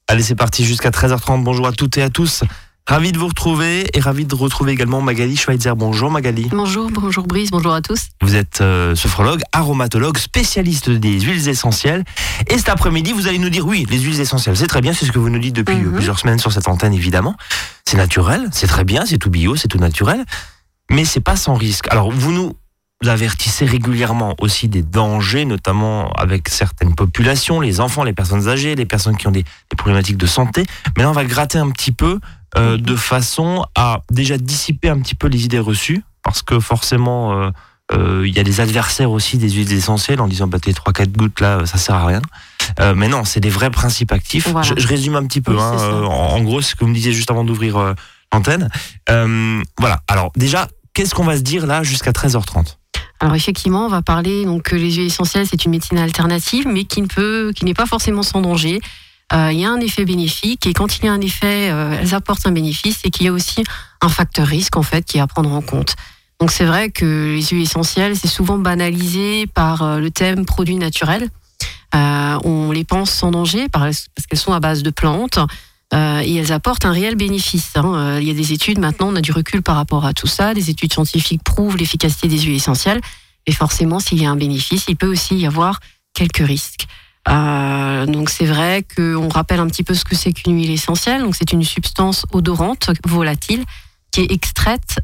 Allez, c'est parti jusqu'à 13h30. Bonjour à toutes et à tous. Ravi de vous retrouver et ravi de retrouver également Magali Schweitzer. Bonjour Magali. Bonjour Brice, bonjour à tous. Vous êtes sophrologue, aromatologue, spécialiste des huiles essentielles. Et cet après-midi, vous allez nous dire oui, les huiles essentielles, c'est très bien, c'est ce que vous nous dites depuis plusieurs semaines sur cette antenne évidemment. C'est naturel, c'est très bien, c'est tout bio, c'est tout naturel. Mais c'est pas sans risque. Alors vous nous avertissez régulièrement aussi des dangers, notamment avec certaines populations, les enfants, les personnes âgées, les personnes qui ont des problématiques de santé. Mais là, on va gratter un petit peu de façon à déjà dissiper un petit peu les idées reçues, parce que forcément, il y a des adversaires aussi des huiles essentielles en disant tes 3-4 gouttes là, ça sert à rien. Mais non, c'est des vrais principes actifs. Voilà. Je résume un petit peu. Oui, en gros, c'est ce que vous me disiez juste avant d'ouvrir l'antenne. Voilà. Alors déjà, qu'est-ce qu'on va se dire là jusqu'à 13h30 ? Alors effectivement, on va parler donc que les huiles essentielles, c'est une médecine alternative, mais qui n'est pas forcément sans danger. Il y a un effet bénéfique, et quand il y a un effet, elles apportent un bénéfice, et qu'il y a aussi un facteur risque en fait qui est à prendre en compte. Donc c'est vrai que les huiles essentielles, c'est souvent banalisé par le thème produits naturels. On les pense sans danger parce qu'elles sont à base de plantes. Et elles apportent un réel bénéfice. Il y a des études, maintenant on a du recul par rapport à tout ça, des études scientifiques prouvent l'efficacité des huiles essentielles, et forcément s'il y a un bénéfice, il peut aussi y avoir quelques risques. Donc c'est vrai qu'on rappelle un petit peu ce que c'est qu'une huile essentielle. Donc c'est une substance odorante, volatile, qui est extraite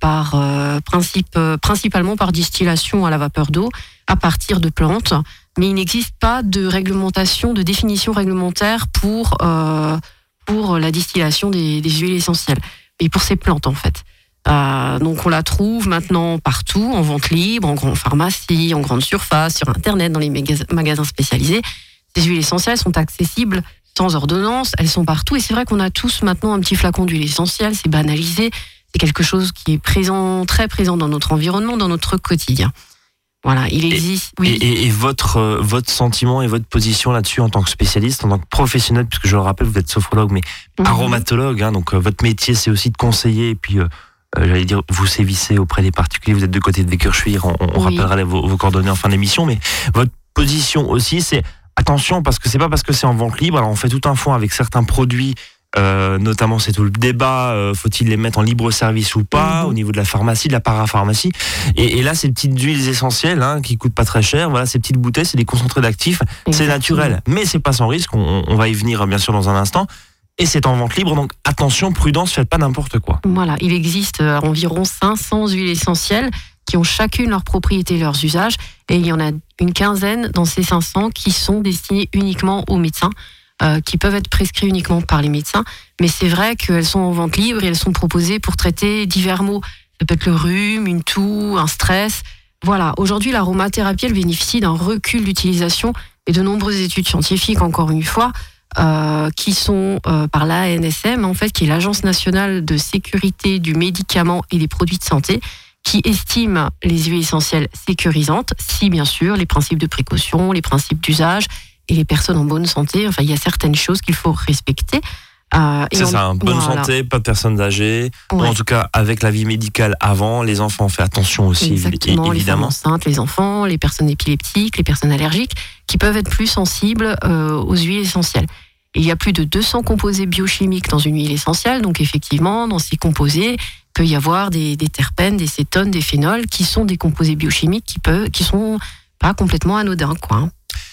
principalement par distillation à la vapeur d'eau à partir de plantes, mais il n'existe pas de réglementation, de définition réglementaire pour la distillation des huiles essentielles, et pour ces plantes en fait. Donc on la trouve maintenant partout, en vente libre, en grande pharmacie, en grande surface, sur internet, dans les magasins spécialisés. Ces huiles essentielles sont accessibles sans ordonnance, elles sont partout, et c'est vrai qu'on a tous maintenant un petit flacon d'huile essentielle, c'est banalisé, c'est quelque chose qui est présent, très présent dans notre environnement, dans notre quotidien. Voilà, il existe. Et votre sentiment et votre position là-dessus en tant que spécialiste, en tant que professionnel, puisque je le rappelle, vous êtes sophrologue, mais aromatologue, donc votre métier c'est aussi de conseiller, et puis j'allais dire, vous sévissez auprès des particuliers, vous êtes de côté de Vécurchuire, on rappellera vos coordonnées en fin d'émission, mais votre position aussi c'est attention, parce que c'est pas parce que c'est en vente libre, alors on fait tout un fond avec certains produits. Notamment c'est tout le débat, faut-il les mettre en libre service ou pas, au niveau de la pharmacie, de la parapharmacie, et là ces petites huiles essentielles qui coûtent pas très cher, voilà, ces petites bouteilles, c'est des concentrés d'actifs. C'est naturel, mais c'est pas sans risque, on va y venir bien sûr dans un instant, et c'est en vente libre, donc attention, prudence, faites pas n'importe quoi. Voilà, il existe environ 500 huiles essentielles qui ont chacune leurs propriétés et leurs usages, et il y en a une quinzaine dans ces 500 qui sont destinées uniquement aux médecins, qui peuvent être prescrits uniquement par les médecins, mais c'est vrai qu'elles sont en vente libre et elles sont proposées pour traiter divers maux. Ça peut être le rhume, une toux, un stress. Voilà, aujourd'hui l'aromathérapie, elle bénéficie d'un recul d'utilisation et de nombreuses études scientifiques, encore une fois, qui sont par l'ANSM, en fait, qui est l'Agence nationale de sécurité du médicament et des produits de santé, qui estime les huiles essentielles sécurisantes, si bien sûr les principes de précaution, les principes d'usage et les personnes en bonne santé, enfin il y a certaines choses qu'il faut respecter. C'est ça, bonne santé, pas de personnes âgées, ou en tout cas avec la vie médicale avant, les enfants, on fait attention aussi. Exactement, évidemment. Les femmes enceintes, les enfants, les personnes épileptiques, les personnes allergiques, qui peuvent être plus sensibles aux huiles essentielles. Il y a plus de 200 composés biochimiques dans une huile essentielle, donc effectivement, dans ces composés, il peut y avoir des terpènes, des cétones, des phénols, qui sont des composés biochimiques qui sont pas complètement anodins, quoi.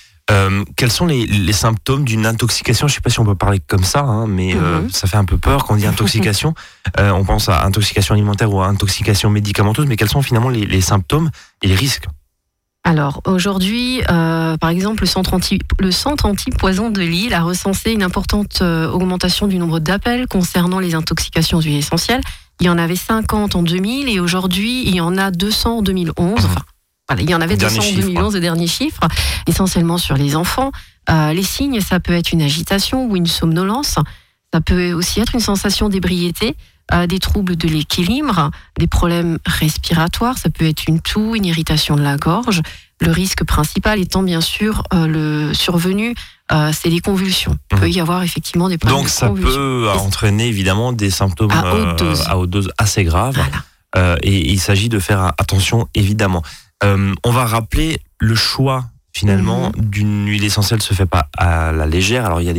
Quels sont les symptômes d'une intoxication ? Je ne sais pas si on peut parler comme ça, mais ça fait un peu peur quand on dit intoxication. On pense à intoxication alimentaire ou à intoxication médicamenteuse, mais quels sont finalement les symptômes et les risques ? Alors aujourd'hui, par exemple, le centre anti-poison de Lille a recensé une importante augmentation du nombre d'appels concernant les intoxications aux huiles essentielles. Il y en avait 50 en 2000 et aujourd'hui, il y en a 200 en 2011. Enfin, voilà, il y en avait 200 en 2011, le dernier chiffre, essentiellement sur les enfants. Les signes, ça peut être une agitation ou une somnolence. Ça peut aussi être une sensation d'ébriété, des troubles de l'équilibre, des problèmes respiratoires. Ça peut être une toux, une irritation de la gorge. Le risque principal étant bien sûr le survenu, c'est les convulsions. Il peut y avoir effectivement des problèmes de convulsions. Donc ça peut entraîner évidemment des symptômes à haute dose assez graves. Voilà. Et il s'agit de faire attention évidemment. On va rappeler le choix finalement d'une huile essentielle se fait pas à la légère. Alors il y a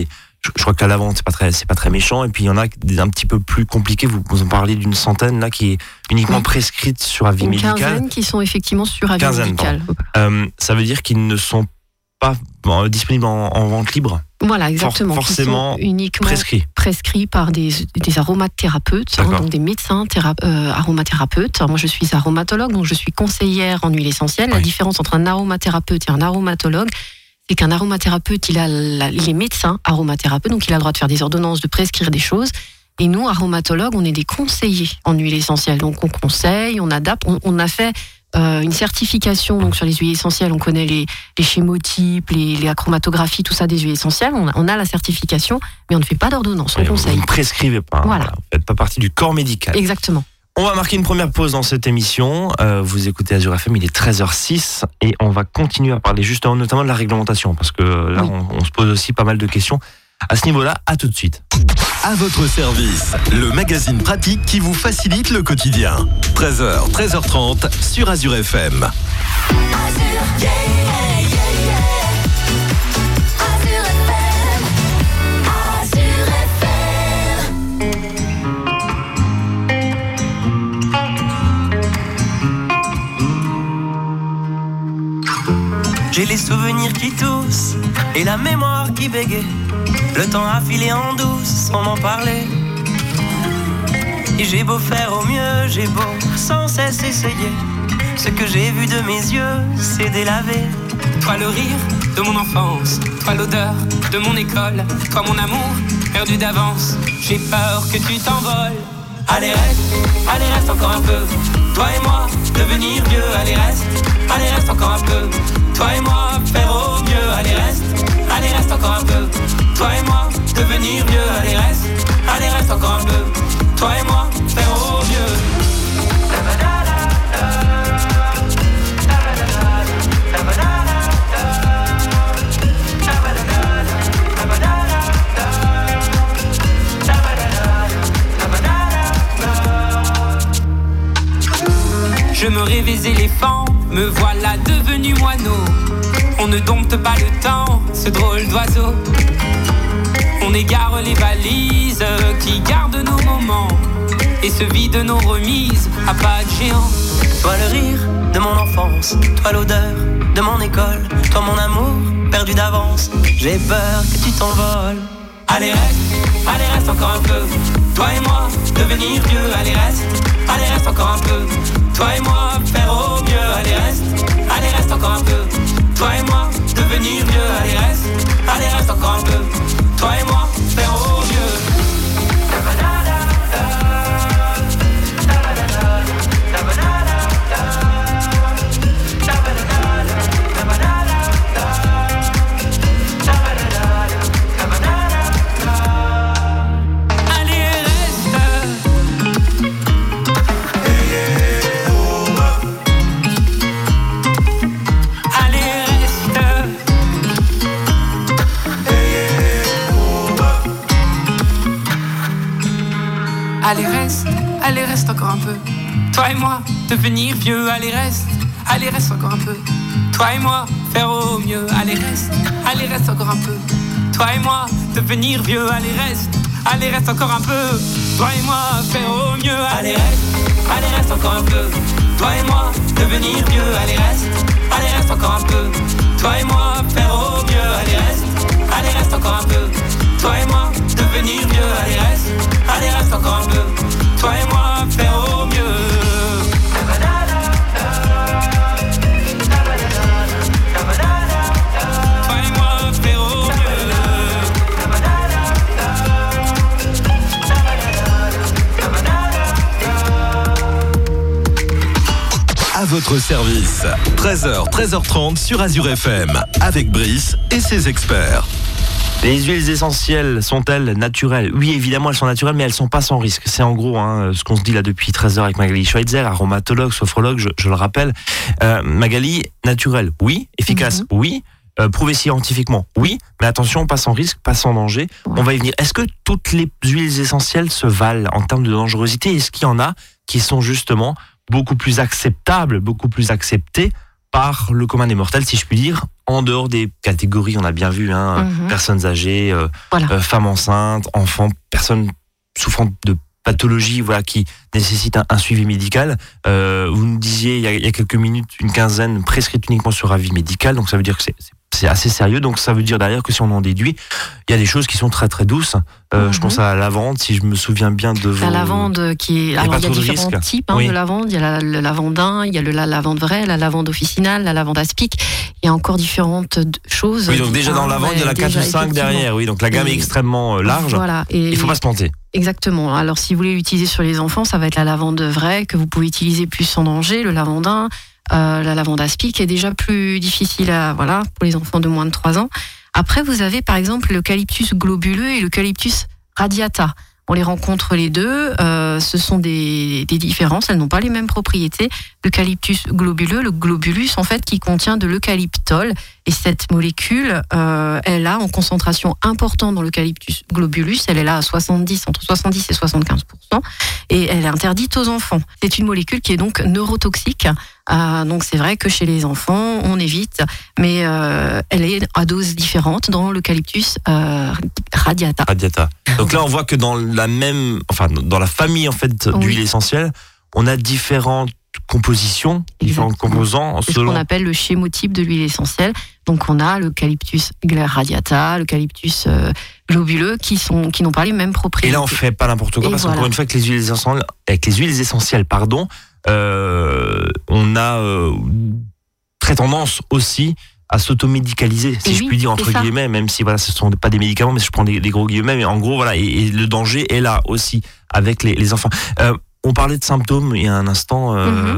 je crois qu'à la vente, c'est pas très méchant. Et puis il y en a des un petit peu plus compliqués. Vous en parlez d'une centaine là qui est uniquement prescrite sur avis médical. Une quinzaine qui sont effectivement sur avis médical. Ça veut dire qu'ils ne sont pas disponibles en vente libre. Voilà, exactement. Forcément qui sont uniquement prescrits par des aromathérapeutes, donc des médecins aromathérapeutes. Alors moi, je suis aromatologue, donc je suis conseillère en huile essentielle. Oui. La différence entre un aromathérapeute et un aromatologue, c'est qu'un aromathérapeute, il est médecin aromathérapeute, donc il a le droit de faire des ordonnances, de prescrire des choses. Et nous, aromatologues, on est des conseillers en huile essentielle. Donc on conseille, on adapte, on a fait une certification donc sur les huiles essentielles. On connaît les chémotypes, la chromatographie, tout ça des huiles essentielles. On a la certification, mais on ne fait pas d'ordonnance, on conseille. Vous ne prescrivez pas, voilà. Vous ne faites pas partie du corps médical. Exactement. On va marquer une première pause dans cette émission. Vous écoutez Azure FM, il est 13h06 et on va continuer à parler justement notamment de la réglementation parce que là, on se pose aussi pas mal de questions à ce niveau-là. À tout de suite. À votre service, le magazine pratique qui vous facilite le quotidien. 13h, 13h30 sur Azure FM. J'ai les souvenirs qui toussent et la mémoire qui bégaye. Le temps a filé en douce sans m'en parler. Et j'ai beau faire au mieux, j'ai beau sans cesse essayer. Ce que j'ai vu de mes yeux, c'est délavé. Toi le rire de mon enfance, toi l'odeur de mon école, toi mon amour perdu d'avance. J'ai peur que tu t'envoles. Allez reste encore un peu. Toi et moi, devenir vieux. Allez reste encore un peu. Toi et moi, faire au mieux. Allez reste encore un peu. Toi et moi, devenir vieux. Allez reste encore un peu. Toi et moi, faire au mieux. Je me rêvais éléphant, me voilà devenu moineau. On ne dompte pas le temps, ce drôle d'oiseau. On égare les valises qui gardent nos moments et se vident nos remises à pas de géant. Toi le rire de mon enfance, toi l'odeur de mon école, toi mon amour perdu d'avance. J'ai peur que tu t'envoles. Allez reste encore un peu. Toi et moi, devenir vieux. Allez reste encore un peu. Toi et moi, faire au mieux. Allez reste encore un peu. Toi et moi, devenir vieux. Allez reste encore un peu. Toi et moi, faire au mieux. Allez reste encore un peu. Toi et moi, devenir vieux. Allez reste encore un peu. Toi et moi, faire au mieux. Allez reste encore un peu. Toi et moi, devenir vieux. Allez reste encore un peu. Toi et moi, faire au mieux. Allez reste encore un peu. Toi et moi, devenir vieux. Allez reste encore un peu. Toi et moi, faire au mieux. Allez reste encore un peu. Toi et moi, devenir vieux. Allez reste encore un peu. Toi et moi, faire au mieux. Toi et moi, faire au mieux. À votre service, 13h, 13h30 sur Azure FM, avec Brice et ses experts. Les huiles essentielles sont-elles naturelles ? Oui, évidemment, elles sont naturelles, mais elles ne sont pas sans risque. C'est en gros ce qu'on se dit là depuis 13 heures avec Magali Schweitzer, aromatologue, sophrologue, je le rappelle. Magali, naturelle, oui. Efficace, oui. Prouvé scientifiquement, oui. Mais attention, pas sans risque, pas sans danger. On va y venir. Est-ce que toutes les huiles essentielles se valent en termes de dangerosité ? Est-ce qu'il y en a qui sont justement beaucoup plus acceptables, beaucoup plus acceptées par le commun des mortels, si je puis dire, en dehors des catégories, on a bien vu, personnes âgées, femmes enceintes, enfants, personnes souffrant de pathologies qui nécessitent un suivi médical. Vous nous disiez il y a quelques minutes, une quinzaine prescrite uniquement sur avis médical, donc ça veut dire que c'est assez sérieux, donc ça veut dire derrière que si on en déduit, il y a des choses qui sont très très douces. Je pense à la lavande, si je me souviens bien de vos... La lavande qui est... Alors il y a différents types de lavande, il y a le lavandin, il y a la lavande vraie, la lavande officinale, la lavande aspic, il y a encore différentes choses. Oui, donc déjà dans la lavande, il y en a 4 ou 5 derrière, oui, donc la gamme est extrêmement large, voilà, et il ne faut pas se planter. Exactement, alors si vous voulez l'utiliser sur les enfants, ça va être la lavande vraie, que vous pouvez utiliser plus sans danger, le lavandin, la lavande aspic est déjà plus difficile pour les enfants de moins de 3 ans. Après, vous avez par exemple l'eucalyptus globuleux et l'eucalyptus radiata. On les rencontre les deux, ce sont des différences, elles n'ont pas les mêmes propriétés. L'eucalyptus globuleux, le globulus en fait qui contient de l'eucalyptol, et cette molécule, elle a en concentration importante dans l'eucalyptus globulus, elle est là à entre 70 et 75%, et elle est interdite aux enfants. C'est une molécule qui est donc neurotoxique, donc c'est vrai que chez les enfants, on évite, mais elle est à dose différente dans l'eucalyptus radiata. Donc là, on voit que dans la famille en fait d'huile essentielle, on a différentes compositions, différents composants. C'est ce qu'on appelle le schémotype de l'huile essentielle. Donc on a l'eucalyptus radiata, l'eucalyptus globuleux qui n'ont pas les mêmes propriétés. Et là, on fait pas n'importe quoi, parce qu'encore une fois, avec les huiles essentielles, on a très tendance aussi à s'automédicaliser, si je puis dire, entre guillemets, même si ce ne sont pas des médicaments, mais je prends des gros guillemets, mais en gros, et le danger est là aussi avec les enfants. On parlait de symptômes il y a un instant,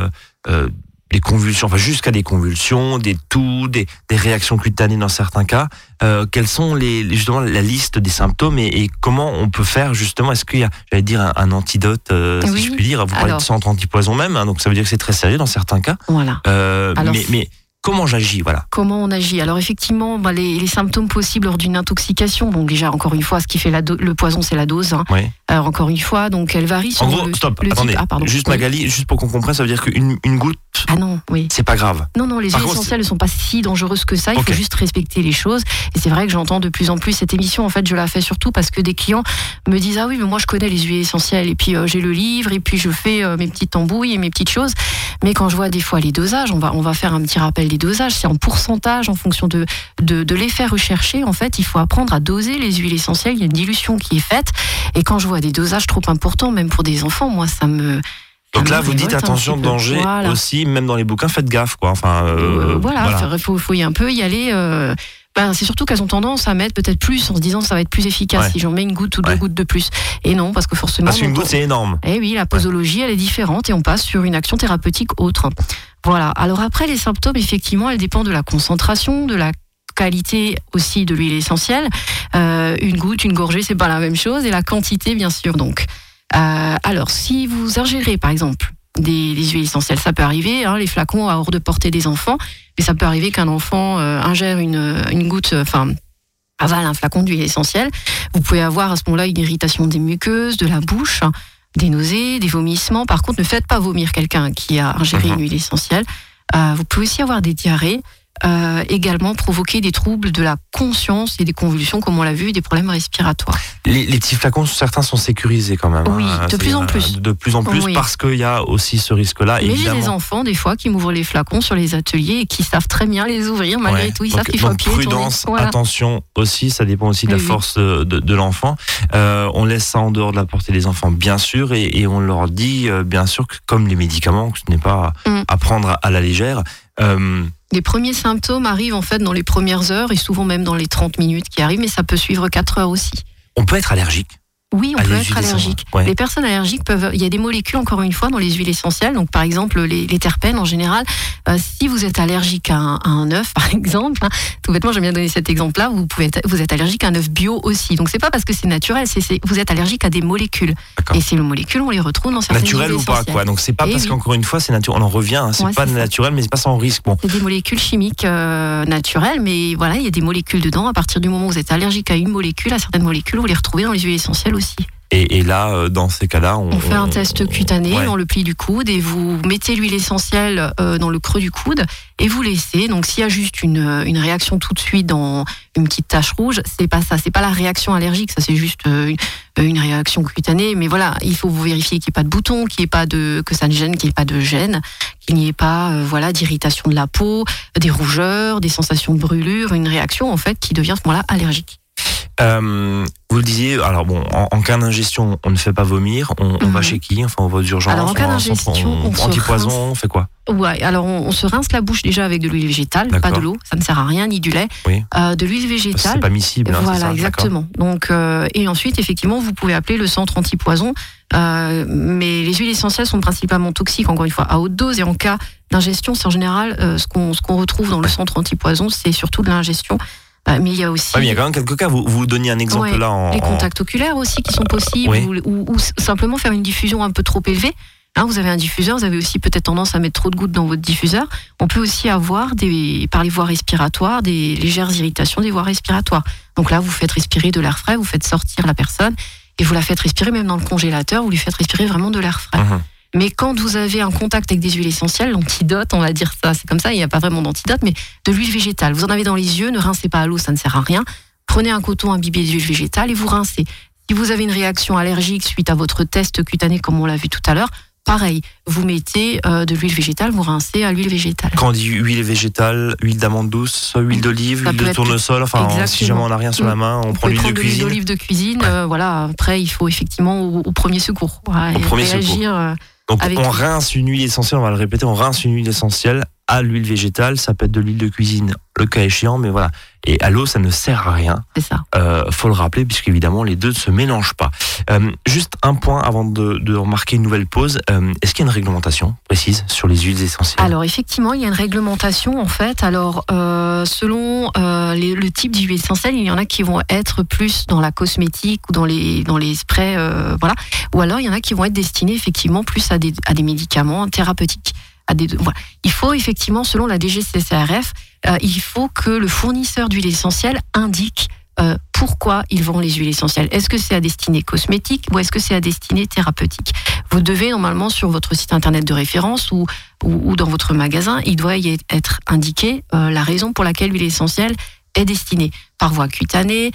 des convulsions, jusqu'à des convulsions, des toux, des réactions cutanées dans certains cas. Quels sont justement la liste des symptômes et comment on peut faire justement? Est-ce qu'il y a, j'allais dire, un antidote, si je puis dire? Vous parlez de centre antipoison même, donc ça veut dire que c'est très sérieux dans certains cas. Voilà. Mais comment j'agis, Comment on agit? Alors effectivement, les symptômes possibles lors d'une intoxication. Donc déjà, encore une fois, ce qui fait le poison, c'est la dose. Oui. Alors encore une fois, donc elle varie sur le attendez, type. Juste Magali, juste pour qu'on comprenne, ça veut dire qu'une goutte, c'est pas grave. Non, les huiles essentielles ne sont pas si dangereuses que ça. Il faut juste respecter les choses. Et c'est vrai que j'entends de plus en plus cette émission. En fait, je la fais surtout parce que des clients me disent mais moi je connais les huiles essentielles et puis j'ai le livre et puis je fais mes petites embouilles et mes petites choses. Mais quand je vois des fois les dosages, on va faire un petit rappel des dosages. C'est en pourcentage en fonction de l'effet recherché. En fait, il faut apprendre à doser les huiles essentielles. Il y a une dilution qui est faite. Et quand je vois des dosages trop importants, même pour des enfants, moi ça me... Donc là, vous dites attention, danger aussi, même dans les bouquins, faites gaffe, quoi. Il faut un peu y aller. C'est surtout qu'elles ont tendance à mettre peut-être plus en se disant ça va être plus efficace si j'en mets une goutte ou 2 gouttes de plus. Et non, parce que forcément... Parce qu'une goutte, c'est énorme. Eh oui, la posologie, elle est différente et on passe sur une action thérapeutique autre. Voilà. Alors après, les symptômes, effectivement, elles dépendent de la concentration, de la qualité aussi de l'huile essentielle. Une goutte, une gorgée, c'est pas la même chose. Et la quantité, bien sûr, donc. Alors, si vous ingérez, par exemple, des huiles essentielles, ça peut arriver, les flacons à hors de portée des enfants, mais ça peut arriver qu'un enfant ingère une goutte, avale un flacon d'huile essentielle. Vous pouvez avoir à ce moment-là une irritation des muqueuses, de la bouche, des nausées, des vomissements. Par contre, ne faites pas vomir quelqu'un qui a ingéré une huile essentielle. Vous pouvez aussi avoir des diarrhées, également provoquer des troubles de la conscience et des convulsions, comme on l'a vu, des problèmes respiratoires. Les petits flacons, certains sont sécurisés quand même. Oui, de plus en plus. De plus en plus, parce qu'il y a aussi ce risque-là. Mais j'ai des enfants, des fois, qui m'ouvrent les flacons sur les ateliers et qui savent très bien les ouvrir, malgré tout. Ils savent qu'il faut appuyer. Prudence, attention aussi, ça dépend aussi de la force de l'enfant. On laisse ça en dehors de la portée des enfants, bien sûr, et on leur dit, bien sûr, que comme les médicaments, que ce n'est pas à prendre à la légère. Les premiers symptômes arrivent en fait dans les premières heures et souvent même dans les 30 minutes qui arrivent, mais ça peut suivre 4 heures aussi. On peut être allergique. Oui, on peut être allergique. Ouais. Les personnes allergiques il y a des molécules, encore une fois, dans les huiles essentielles. Donc, par exemple, les terpènes, en général, si vous êtes allergique à un œuf, par exemple, tout bêtement, j'aime bien donner cet exemple-là, vous êtes allergique à un œuf bio aussi. Donc, c'est pas parce que c'est naturel, vous êtes allergique à des molécules. D'accord. Et ces molécules, on les retrouve dans certaines huiles essentielles. Naturel ou pas, quoi. Donc, c'est pas parce qu'encore une fois, c'est naturel. On en revient, c'est pas naturel, mais c'est pas sans risque. Bon. C'est des molécules chimiques naturelles, mais voilà, il y a des molécules dedans. À partir du moment où vous êtes allergique à une molécule, à certaines molécules, vous les retrouvez dans les huiles essentielles aussi. Et là, dans ces cas-là, on fait un test cutané ouais. dans le pli du coude et vous mettez l'huile essentielle dans le creux du coude et vous laissez. Donc s'il y a juste une réaction tout de suite dans une petite tache rouge, c'est pas ça, c'est pas la réaction allergique, ça c'est juste une réaction cutanée. Mais voilà, il faut vous vérifier qu'il n'y ait pas de boutons, que ça ne gêne, qu'il n'y ait pas de gêne, qu'il n'y ait pas d'irritation de la peau, des rougeurs, des sensations de brûlure, une réaction en fait qui devient à ce moment-là allergique. Vous le disiez, alors bon, en cas d'ingestion, on ne fait pas vomir, on va chez qui? Enfin, on va aux urgences. Alors en cas d'ingestion, antipoison, on fait quoi? Ouais, alors on se rince la bouche déjà avec de l'huile végétale, pas de l'eau, ça ne sert à rien, ni du lait. Oui. De l'huile végétale. C'est pas miscible. Voilà, c'est ça, exactement. Donc, et ensuite, effectivement, vous pouvez appeler le centre antipoison. Mais les huiles essentielles sont principalement toxiques, encore une fois, à haute dose. Et en cas d'ingestion, c'est en général ce qu'on retrouve dans le centre antipoison, c'est surtout de l'ingestion. Mais il y a aussi. Ouais, mais il y a quand même quelques cas. Vous donniez un exemple là. Les contacts oculaires aussi qui sont possibles, ou simplement faire une diffusion un peu trop élevée. Hein, vous avez un diffuseur, vous avez aussi peut-être tendance à mettre trop de gouttes dans votre diffuseur. On peut aussi avoir par les voies respiratoires des légères irritations des voies respiratoires. Donc là, vous faites respirer de l'air frais, vous faites sortir la personne et vous la faites respirer même dans le congélateur, vous lui faites respirer vraiment de l'air frais. Mais quand vous avez un contact avec des huiles essentielles, l'antidote, on va dire ça, c'est comme ça, il n'y a pas vraiment d'antidote, mais de l'huile végétale. Vous en avez dans les yeux, ne rincez pas à l'eau, ça ne sert à rien. Prenez un coton imbibé d'huile végétale et vous rincez. Si vous avez une réaction allergique suite à votre test cutané, comme on l'a vu tout à l'heure, pareil, vous mettez de l'huile végétale, vous rincez à l'huile végétale. Quand on dit huile végétale, huile d'amande douce, huile d'olive, huile de tournesol, enfin, si jamais on n'a rien sur la main, on prend l'huile de cuisine. L'huile d'olive de cuisine, voilà. Après, il faut effectivement au premier secours. Au premier secours. Donc on rince une huile essentielle, on va le répéter, on rince une huile essentielle à l'huile végétale, ça peut être de l'huile de cuisine, le cas échéant, mais voilà. Et à l'eau, ça ne sert à rien. C'est ça. Faut le rappeler, puisqu'évidemment, les deux ne se mélangent pas. Juste un point avant de remarquer une nouvelle pause. Est-ce qu'il y a une réglementation précise sur les huiles essentielles? Alors, effectivement, il y a une réglementation, en fait. Alors, selon le type d'huile essentielle, il y en a qui vont être plus dans la cosmétique ou dans les sprays, voilà. Ou alors, il y en a qui vont être destinés, effectivement, plus à des médicaments thérapeutiques. Voilà. Il faut effectivement, selon la DGCCRF, il faut que le fournisseur d'huile essentielle indique pourquoi il vend les huiles essentielles. Est-ce que c'est à destinée cosmétique ou est-ce que c'est à destinée thérapeutique? Vous devez normalement sur votre site internet de référence ou dans votre magasin, il doit y être indiqué la raison pour laquelle l'huile essentielle est destinée. Par voie cutanée,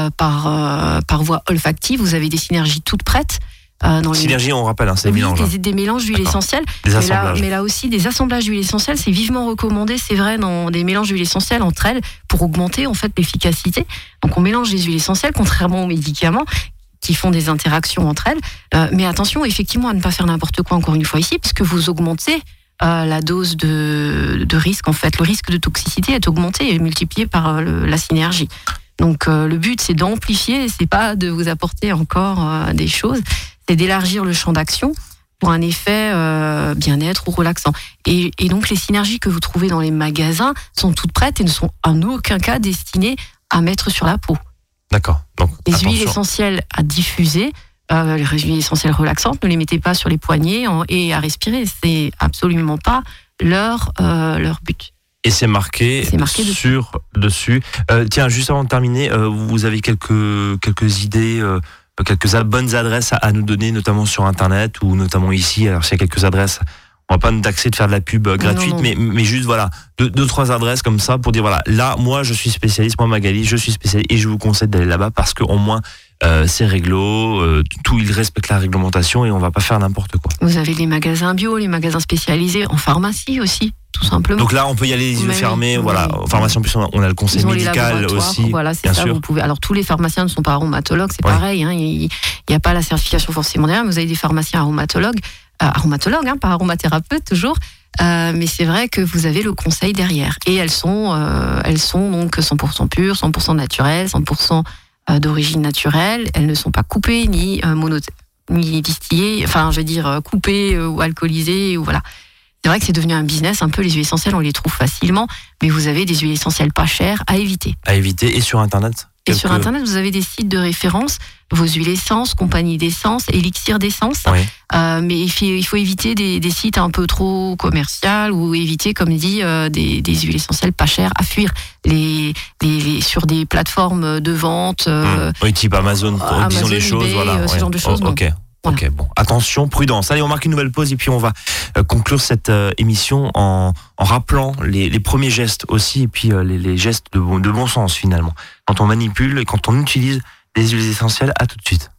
par voie olfactive, vous avez des synergies toutes prêtes. Synergie, on rappelle, c'est des mélanges. Des mélanges d'huile essentielle. Mais là aussi, des assemblages d'huile essentielle, c'est vivement recommandé, c'est vrai, dans des mélanges d'huile essentielle entre elles, pour augmenter en fait l'efficacité. Donc on mélange des huiles essentielles, contrairement aux médicaments, qui font des interactions entre elles. Mais attention, effectivement, à ne pas faire n'importe quoi, encore une fois ici, puisque vous augmentez la dose de risque. En fait, le risque de toxicité est augmenté et multiplié par la synergie. Donc le but, c'est d'amplifier, c'est pas de vous apporter encore des choses. C'est d'élargir le champ d'action pour un effet bien-être ou relaxant. Et donc les synergies que vous trouvez dans les magasins sont toutes prêtes et ne sont en aucun cas destinées à mettre sur la peau. D'accord. Donc, les huiles essentielles à diffuser, les huiles essentielles relaxantes, ne les mettez pas sur les poignets et à respirer. C'est absolument pas leur but. Et c'est marqué dessus. Tiens, juste avant de terminer, vous avez quelques idées, quelques bonnes adresses à nous donner, notamment sur Internet ou notamment ici. Alors, s'il y a quelques adresses, on va pas nous taxer de faire de la pub gratuite, non. Mais juste voilà, deux, trois adresses comme ça pour dire voilà, là, moi, je suis spécialiste, moi, Magali, je suis spécialiste et je vous conseille d'aller là-bas parce qu'au moins, c'est réglo, tout, ils respectent la réglementation et on va pas faire n'importe quoi. Vous avez les magasins bio, les magasins spécialisés, en pharmacie aussi, tout simplement. Donc là, on peut y aller les yeux fermés, voilà. En pharmacie, en plus, on a le conseil médical aussi. Voilà, c'est bien ça, sûr. Vous pouvez. Alors, tous les pharmaciens ne sont pas aromatologues, c'est pareil, hein, il n'y a pas la certification forcément derrière, mais vous avez des pharmaciens aromatologues, pas aromathérapeutes toujours. Mais c'est vrai que vous avez le conseil derrière. Et elles sont donc 100% pures, 100% naturelles, 100% d'origine naturelle. Elles ne sont pas coupées ni distillées, enfin je veux dire coupées ou alcoolisées ou voilà. C'est vrai que c'est devenu un business un peu, les huiles essentielles on les trouve facilement, mais vous avez des huiles essentielles pas chères à éviter. À éviter et sur Internet. Et sur Internet, vous avez des sites de référence, vos huiles essences, compagnie d'essence, élixir d'essence. Oui. Mais il faut éviter des sites un peu trop commerciaux ou éviter, comme dit, des huiles essentielles pas chères à fuir. Sur des plateformes de vente. Oui, type Amazon, disons les choses. eBay, Voilà. ce genre de choses. Ok. Voilà. Ok, bon, attention, prudence. Allez, on marque une nouvelle pause et puis on va conclure cette émission en rappelant les premiers gestes aussi et puis les gestes de bon sens finalement. Quand on manipule et quand on utilise des huiles essentielles, à tout de suite.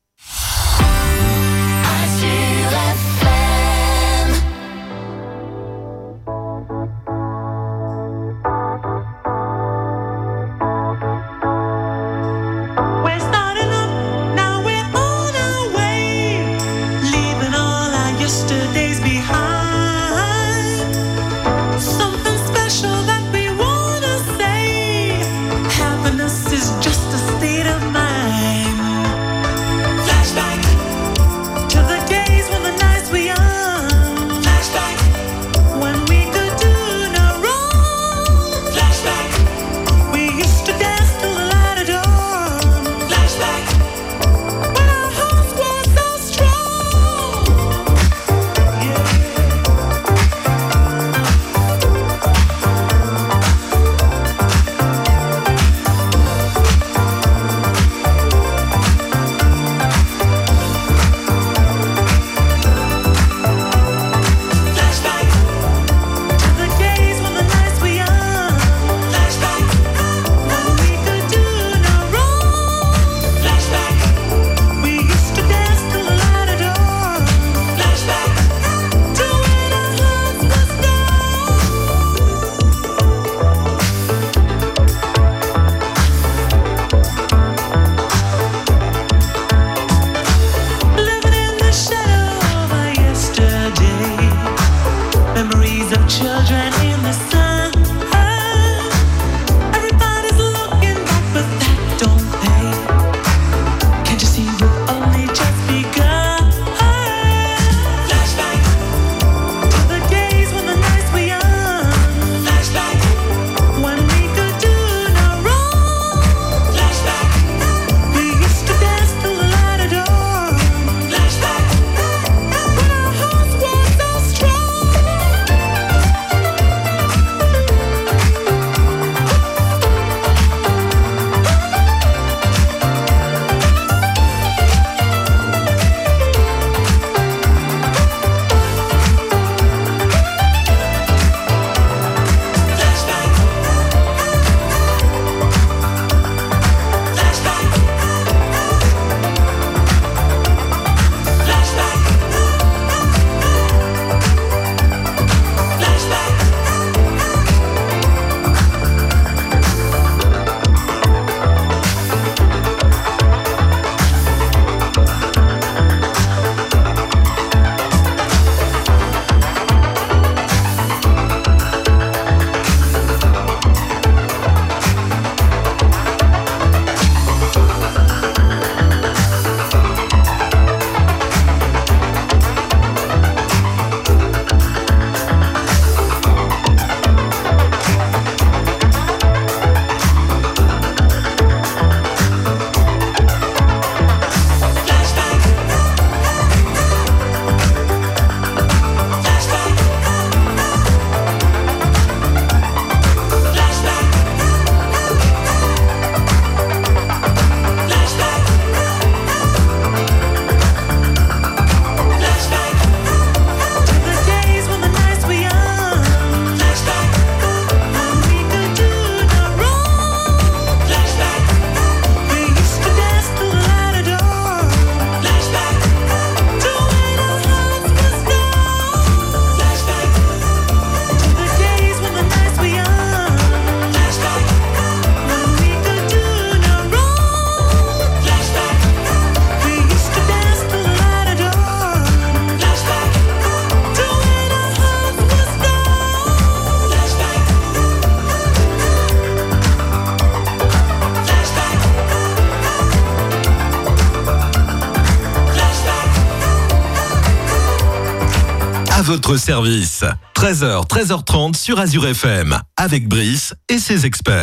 votre service. 13h, 13h30 sur Azure FM, avec Brice et ses experts.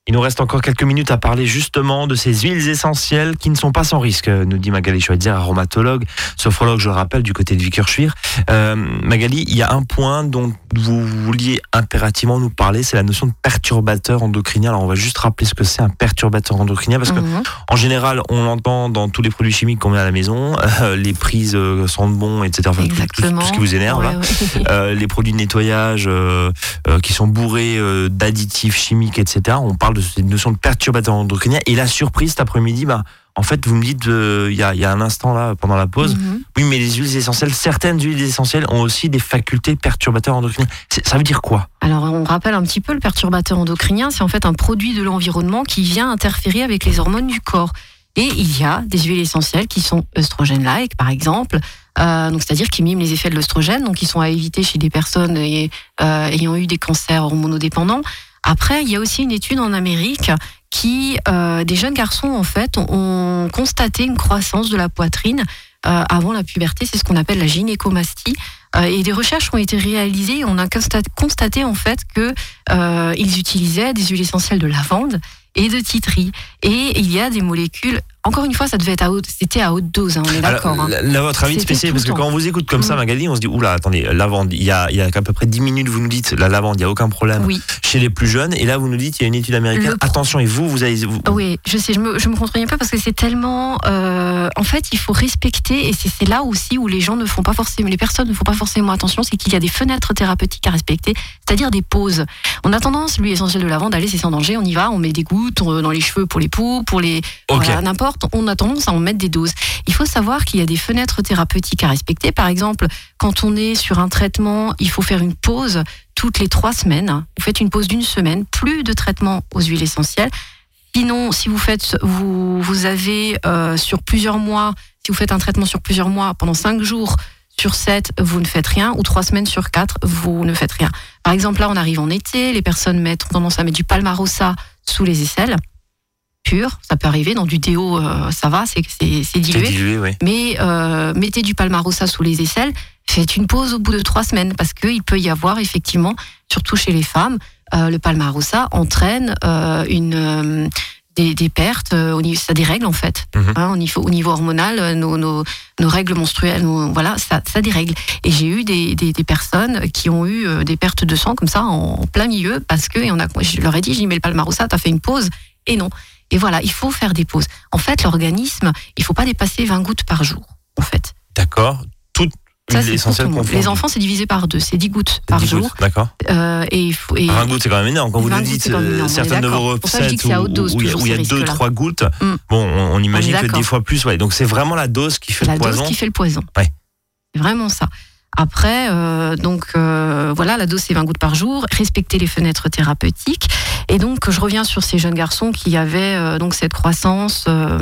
Il nous reste encore quelques minutes à parler justement de ces huiles essentielles qui ne sont pas sans risque, nous dit Magali Schweitzer, aromatologue, sophrologue, je le rappelle, du côté de Vic-sur-Chuire. Magali, il y a un point dont vous vouliez impérativement nous parler, c'est la notion de perturbateur endocrinien. Alors on va juste rappeler ce que c'est un perturbateur endocrinien, parce que en général, on l'entend dans tous les produits chimiques qu'on met à la maison, les prises sentent bon, etc. Enfin, tout ce qui vous énerve. Ouais. Les produits de nettoyage qui sont bourrés d'additifs chimiques, etc. On parle de cette notion de perturbateur endocrinien. Et la surprise cet après-midi, en fait, vous me dites, il y a un instant là, pendant la pause, oui, mais les huiles essentielles, certaines huiles essentielles ont aussi des facultés perturbateurs endocriniens. Ça veut dire quoi ? Alors, on rappelle un petit peu, le perturbateur endocrinien, c'est en fait un produit de l'environnement qui vient interférer avec les hormones du corps. Et il y a des huiles essentielles qui sont œstrogènes-like, par exemple, donc c'est-à-dire qui miment les effets de l'œstrogène, donc qui sont à éviter chez des personnes ayant eu des cancers hormonodépendants. Après, il y a aussi une étude en Amérique qui, des jeunes garçons, en fait, ont constaté une croissance de la poitrine avant la puberté. C'est ce qu'on appelle la gynécomastie. Et des recherches ont été réalisées. On a constaté, en fait, que ils utilisaient des huiles essentielles de lavande et de titri. Et il y a des molécules. Encore une fois, c'était à haute dose, on est d'accord. Là, votre avis de spécialiste, parce que quand on vous écoute comme ça, Magali, on se dit, oula, attendez, lavande, il y a à peu près 10 minutes, vous nous dites, la lavande, il n'y a aucun problème chez les plus jeunes, et là, vous nous dites, il y a une étude américaine, attention, et vous avez... Oui, je sais, je me contredis un peu, parce que c'est tellement... en fait, il faut respecter, et c'est là aussi où les personnes ne font pas forcément attention, c'est qu'il y a des fenêtres thérapeutiques à respecter, c'est-à-dire des pauses. On a tendance, l'huile essentielle de lavande, allez, c'est sans danger, on y va, on met des gouttes dans les cheveux pour les poux, pour les... Voilà, n'importe. On a tendance à en mettre des doses. Il faut savoir qu'il y a des fenêtres thérapeutiques à respecter. Par exemple, quand on est sur un traitement, il faut faire une pause toutes les 3 semaines. Vous faites une pause d'1 semaine, plus de traitement aux huiles essentielles. Sinon, si vous avez sur plusieurs mois, si vous faites un traitement sur plusieurs mois, pendant 5 jours sur 7, vous ne faites rien, ou 3 semaines sur 4, vous ne faites rien. Par exemple, là, on arrive en été, les personnes ont tendance à mettre du palmarosa sous les aisselles. Pur, ça peut arriver, dans du déo, ça va, c'est dilué. C'est dilué, oui. Mais mettez du palmarosa sous les aisselles, faites une pause au bout de 3 semaines, parce qu'il peut y avoir effectivement, surtout chez les femmes, le palmarosa entraîne des pertes, ça dérègle en fait. Au niveau hormonal, nos règles menstruelles, ça dérègle. Et j'ai eu des personnes qui ont eu des pertes de sang comme ça en plein milieu, parce que je leur ai dit, j'ai mis le palmarosa, t'as fait une pause, et non. Et voilà, il faut faire des pauses. En fait, l'organisme, il ne faut pas dépasser 20 gouttes par jour, en fait. D'accord. Toutes les essentielles confondues. Les enfants, c'est divisé par 2, c'est 10 gouttes par jour. D'accord. 20 gouttes, c'est quand même énorme. Quand vous nous dites certaines de vos recettes où il y a 2-3 gouttes, on imagine que des fois plus. Ouais. Donc c'est vraiment la dose qui fait le poison. La dose qui fait le poison. Ouais. C'est vraiment ça. Après, la dose c'est 20 gouttes par jour, respecter les fenêtres thérapeutiques. Et donc, je reviens sur ces jeunes garçons qui avaient cette croissance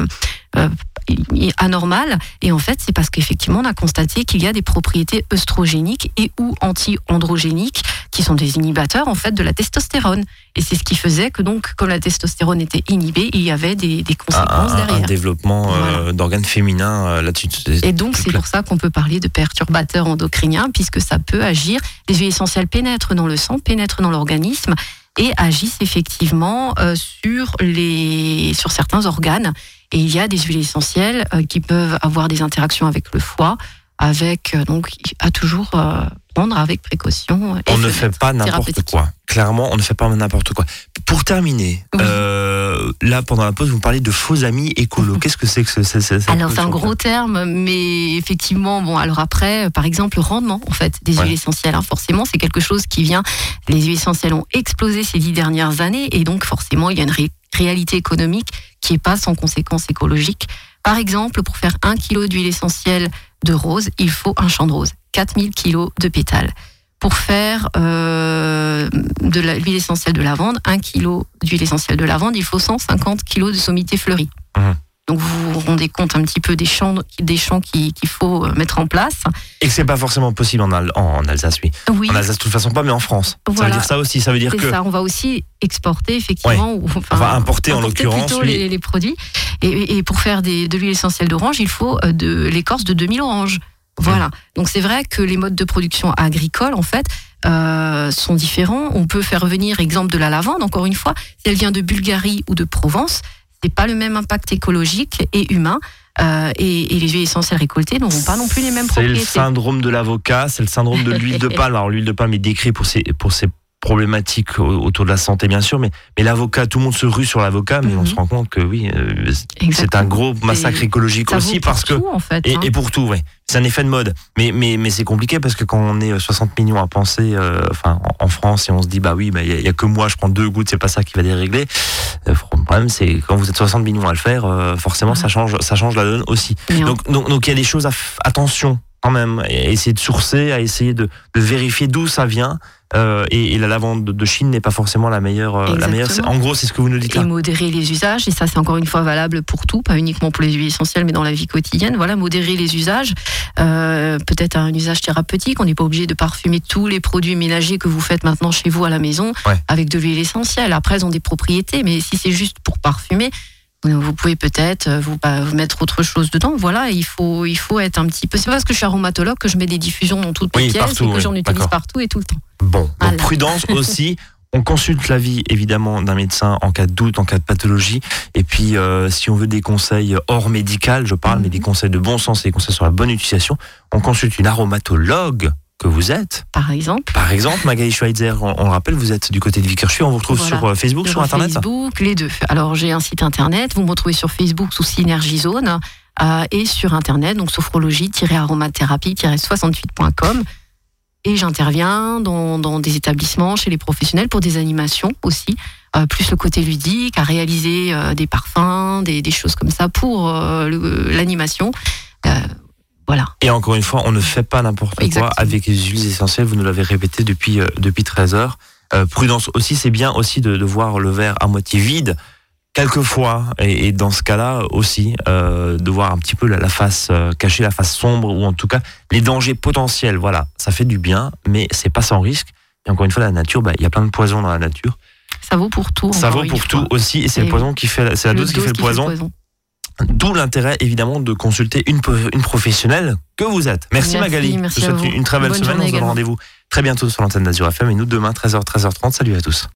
anormale. Et en fait, c'est parce qu'effectivement, on a constaté qu'il y a des propriétés œstrogéniques et ou anti-androgéniques qui sont des inhibateurs en fait de la testostérone. Et c'est ce qui faisait que donc, comme la testostérone était inhibée, il y avait des conséquences derrière. Un développement d'organes féminins là-dessus. Et donc, c'est pour ça qu'on peut parler de perturbateurs endocriniens, puisque ça peut agir. Les huiles essentielles pénètrent dans le sang, pénètrent dans l'organisme et agissent effectivement sur certains organes. Et il y a des huiles essentielles qui peuvent avoir des interactions avec le foie, donc à toujours prendre avec précaution. On ne fait pas n'importe quoi. Clairement, on ne fait pas n'importe quoi. Pour terminer, là pendant la pause, vous me parlez de faux amis écolos. Qu'est-ce que c'est que ça? Alors c'est un gros terme, mais effectivement, alors après, par exemple, le rendement en fait des huiles essentielles. Forcément, c'est quelque chose qui vient. Les huiles essentielles ont explosé ces 10 dernières années, et donc forcément, il y a une réalité économique qui n'est pas sans conséquences écologiques. Par exemple, pour faire 1 kilo d'huile essentielle de rose, il faut un champ de rose, 4000 kilos de pétales. Pour faire de l'huile essentielle de lavande, 1 kilo d'huile essentielle de lavande, il faut 150 kilos de sommité fleurie. Donc vous vous rendez compte un petit peu des champs qu'il faut mettre en place. Et que c'est pas forcément possible en Alsace, oui. En Alsace de toute façon pas, mais en France. Voilà. Ça veut dire ça aussi, ça veut dire que... Ça, on va aussi exporter effectivement. On va importer en l'occurrence. Plutôt les produits. Et pour faire de l'huile essentielle d'orange, il faut de l'écorce de 2000 oranges. Voilà. Donc c'est vrai que les modes de production agricole, en fait, sont différents. On peut faire venir exemple de la lavande. Encore une fois, si elle vient de Bulgarie ou de Provence, c'est pas le même impact écologique et humain. Et les huiles essentielles récoltées n'auront pas non plus les mêmes propriétés. C'est le syndrome de l'avocat, c'est le syndrome de l'huile de palme. Alors l'huile de palme est décrite pour ses problématiques autour de la santé, bien sûr, mais l'avocat, tout le monde se rue sur l'avocat, mais on se rend compte que oui, c'est un gros massacre écologique aussi, parce que tout, en fait, et pour tout, oui, c'est un effet de mode. Mais c'est compliqué parce que quand on est 60 millions à penser, en France, et on se dit il y a que moi, je prends 2 gouttes, c'est pas ça qui va dérégler. Le problème, c'est quand vous êtes 60 millions à le faire, forcément, ça change la donne aussi. Donc il y a des choses attention quand même, à essayer de sourcer, à essayer de vérifier d'où ça vient. Et la lavande de Chine n'est pas forcément la meilleure. En gros, c'est ce que vous nous dites là. Et modérer les usages, et ça c'est encore une fois valable pour tout, pas uniquement pour les huiles essentielles, mais dans la vie quotidienne. Voilà, modérer les usages, peut-être un usage thérapeutique. On n'est pas obligé de parfumer tous les produits ménagers que vous faites maintenant chez vous à la maison avec de l'huile essentielle. Après, elles ont des propriétés, mais si c'est juste pour parfumer, vous pouvez peut-être vous mettre autre chose dedans. Voilà, il faut être un petit peu. C'est pas parce que je suis aromatologue que je mets des diffusions dans toutes les pièces et que j'en utilise partout et tout le temps. Bon, donc prudence aussi. On consulte l'avis évidemment d'un médecin en cas de doute, en cas de pathologie. Et puis si on veut des conseils hors médical, je parle, mais des conseils de bon sens et des conseils sur la bonne utilisation, on consulte une aromatologue que vous êtes. Par exemple, Magali Schweitzer, on le rappelle, vous êtes du côté de Vikerschue. On vous retrouve sur Facebook, sur Internet. Facebook, les deux. Alors j'ai un site Internet, vous me retrouvez sur Facebook sous Synergie Zone et sur Internet, donc sophrologie-aromathérapie-68.com. Et j'interviens dans des établissements, chez les professionnels, pour des animations aussi, plus le côté ludique, à réaliser des parfums, des choses comme ça pour l'animation. Voilà. Et encore une fois, on ne fait pas n'importe quoi avec les huiles essentielles, vous nous l'avez répété depuis 13 heures. Prudence aussi, c'est bien aussi de voir le verre à moitié vide, quelquefois, et dans ce cas-là aussi, de voir un petit peu la face cachée, la face sombre, ou en tout cas les dangers potentiels. Voilà, ça fait du bien, mais c'est pas sans risque. Et encore une fois, la nature, il y a plein de poisons dans la nature. Ça vaut pour tout. Ça vaut pour tout aussi, et c'est le poison qui fait, c'est la dose qui fait le poison. D'où l'intérêt évidemment de consulter une professionnelle que vous êtes. Merci Magali. Merci je vous souhaite une très belle semaine. On se donne rendez-vous très bientôt sur l'antenne d'Azur FM et nous demain 13h, 13h30. Salut à tous.